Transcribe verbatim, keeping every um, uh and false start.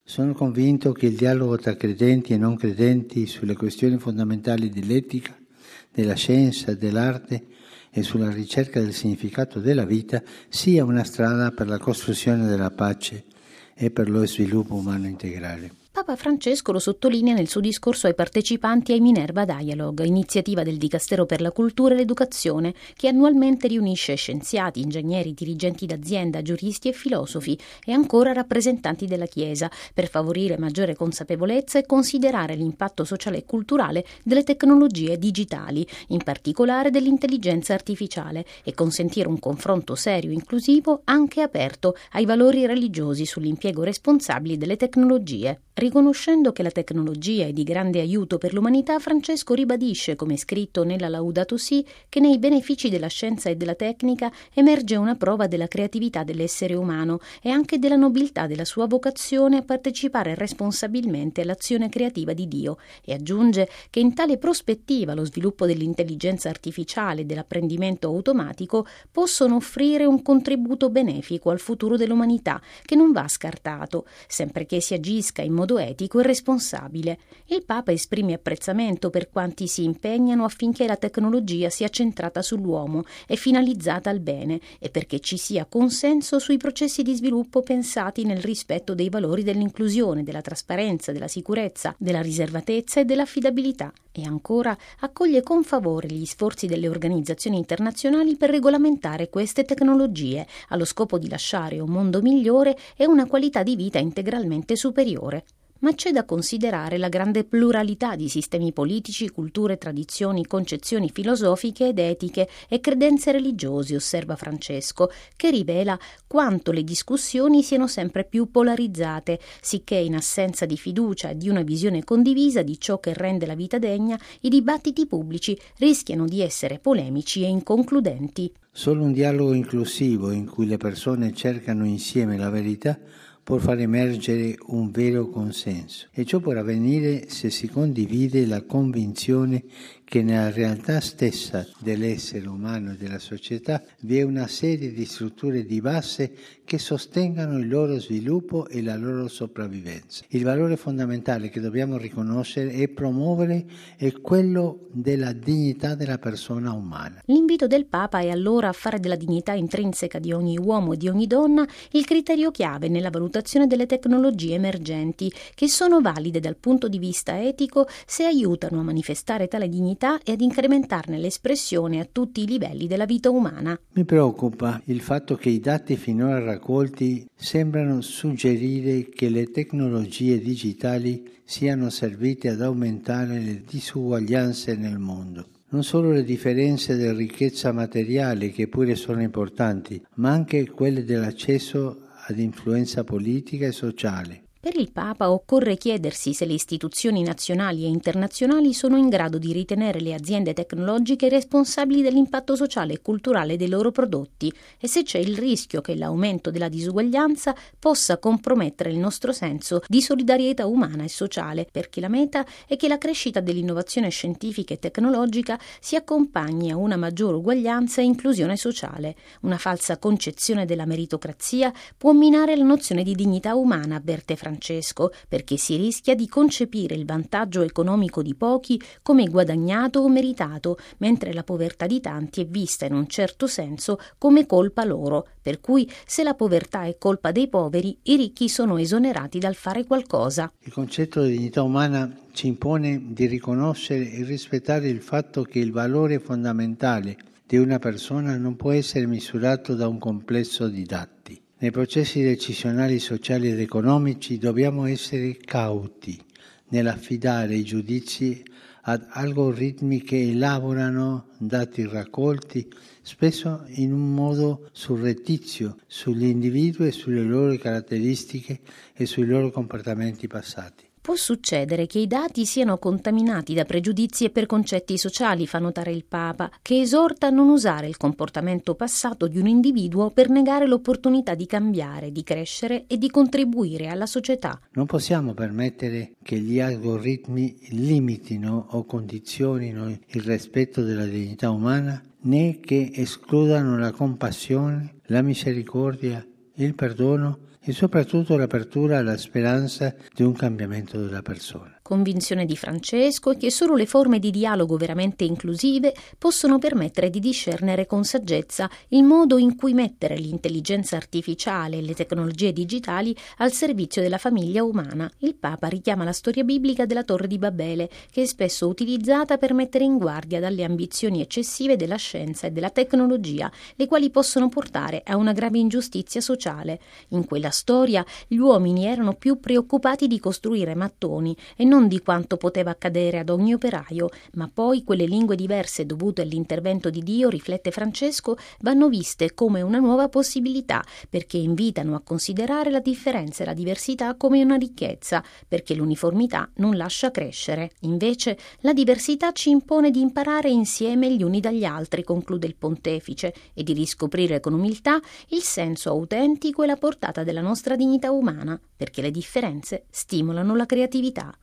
Sono convinto che il dialogo tra credenti e non credenti sulle questioni fondamentali dell'etica, della scienza, dell'arte e sulla ricerca del significato della vita sia una strada per la costruzione della pace e per lo sviluppo umano integrale. Papa Francesco lo sottolinea nel suo discorso ai partecipanti ai Minerva Dialogue, iniziativa del Dicastero per la Cultura e l'Educazione, che annualmente riunisce scienziati, ingegneri, dirigenti d'azienda, giuristi e filosofi e ancora rappresentanti della Chiesa, per favorire maggiore consapevolezza e considerare l'impatto sociale e culturale delle tecnologie digitali, in particolare dell'intelligenza artificiale, e consentire un confronto serio, inclusivo, anche aperto ai valori religiosi sull'impiego responsabile delle tecnologie. Riconoscendo che la tecnologia è di grande aiuto per l'umanità, Francesco ribadisce, come scritto nella Laudato Si', che nei benefici della scienza e della tecnica emerge una prova della creatività dell'essere umano e anche della nobiltà della sua vocazione a partecipare responsabilmente all'azione creativa di Dio, e aggiunge che in tale prospettiva lo sviluppo dell'intelligenza artificiale e dell'apprendimento automatico possono offrire un contributo benefico al futuro dell'umanità che non va scartato, sempre che si agisca in modo etico e responsabile. Il Papa esprime apprezzamento per quanti si impegnano affinché la tecnologia sia centrata sull'uomo e finalizzata al bene, e perché ci sia consenso sui processi di sviluppo pensati nel rispetto dei valori dell'inclusione, della trasparenza, della sicurezza, della riservatezza e dell'affidabilità. E ancora accoglie con favore gli sforzi delle organizzazioni internazionali per regolamentare queste tecnologie, allo scopo di lasciare un mondo migliore e una qualità di vita integralmente superiore. Ma c'è da considerare la grande pluralità di sistemi politici, culture, tradizioni, concezioni filosofiche ed etiche e credenze religiose, osserva Francesco, che rivela quanto le discussioni siano sempre più polarizzate, sicché in assenza di fiducia e di una visione condivisa di ciò che rende la vita degna, i dibattiti pubblici rischiano di essere polemici e inconcludenti. Solo un dialogo inclusivo in cui le persone cercano insieme la verità può far emergere un vero consenso, e ciò può avvenire se si condivide la convinzione che nella realtà stessa dell'essere umano e della società vi è una serie di strutture di base che sostengano il loro sviluppo e la loro sopravvivenza. Il valore fondamentale che dobbiamo riconoscere e promuovere è quello della dignità della persona umana. L'invito del Papa è allora a fare della dignità intrinseca di ogni uomo e di ogni donna il criterio chiave nella valutazione delle tecnologie emergenti, che sono valide dal punto di vista etico se aiutano a manifestare tale dignità e ad incrementarne l'espressione a tutti i livelli della vita umana. Mi preoccupa il fatto che i dati finora raccolti sembrano suggerire che le tecnologie digitali siano servite ad aumentare le disuguaglianze nel mondo. Non solo le differenze di ricchezza materiale, che pure sono importanti, ma anche quelle dell'accesso ad influenza politica e sociale. Per il Papa occorre chiedersi se le istituzioni nazionali e internazionali sono in grado di ritenere le aziende tecnologiche responsabili dell'impatto sociale e culturale dei loro prodotti, e se c'è il rischio che l'aumento della disuguaglianza possa compromettere il nostro senso di solidarietà umana e sociale, perché la meta è che la crescita dell'innovazione scientifica e tecnologica si accompagni a una maggiore uguaglianza e inclusione sociale. Una falsa concezione della meritocrazia può minare la nozione di dignità umana, avverte Francesco, perché si rischia di concepire il vantaggio economico di pochi come guadagnato o meritato, mentre la povertà di tanti è vista in un certo senso come colpa loro, per cui se la povertà è colpa dei poveri, i ricchi sono esonerati dal fare qualcosa. Il concetto di dignità umana ci impone di riconoscere e rispettare il fatto che il valore fondamentale di una persona non può essere misurato da un complesso di dati. Nei processi decisionali sociali ed economici dobbiamo essere cauti nell'affidare i giudizi ad algoritmi che elaborano dati raccolti spesso in un modo surrettizio sugli individui e sulle loro caratteristiche e sui loro comportamenti passati. Può succedere che i dati siano contaminati da pregiudizi e preconcetti sociali, fa notare il Papa, che esorta a non usare il comportamento passato di un individuo per negare l'opportunità di cambiare, di crescere e di contribuire alla società. Non possiamo permettere che gli algoritmi limitino o condizionino il rispetto della dignità umana, né che escludano la compassione, la misericordia, il perdono e soprattutto l'apertura alla speranza di un cambiamento della persona. Convinzione di Francesco è che solo le forme di dialogo veramente inclusive possono permettere di discernere con saggezza il modo in cui mettere l'intelligenza artificiale e le tecnologie digitali al servizio della famiglia umana. Il Papa richiama la storia biblica della Torre di Babele, che è spesso utilizzata per mettere in guardia dalle ambizioni eccessive della scienza e della tecnologia, le quali possono portare a una grave ingiustizia sociale. In quella storia gli uomini erano più preoccupati di costruire mattoni e non di quanto poteva accadere ad ogni operaio, ma poi quelle lingue diverse dovute all'intervento di Dio, riflette Francesco, vanno viste come una nuova possibilità, perché invitano a considerare la differenza e la diversità come una ricchezza, perché l'uniformità non lascia crescere. Invece la diversità ci impone di imparare insieme gli uni dagli altri, conclude il pontefice, e di riscoprire con umiltà il senso autentico e la portata della nostra dignità umana, perché le differenze stimolano la creatività.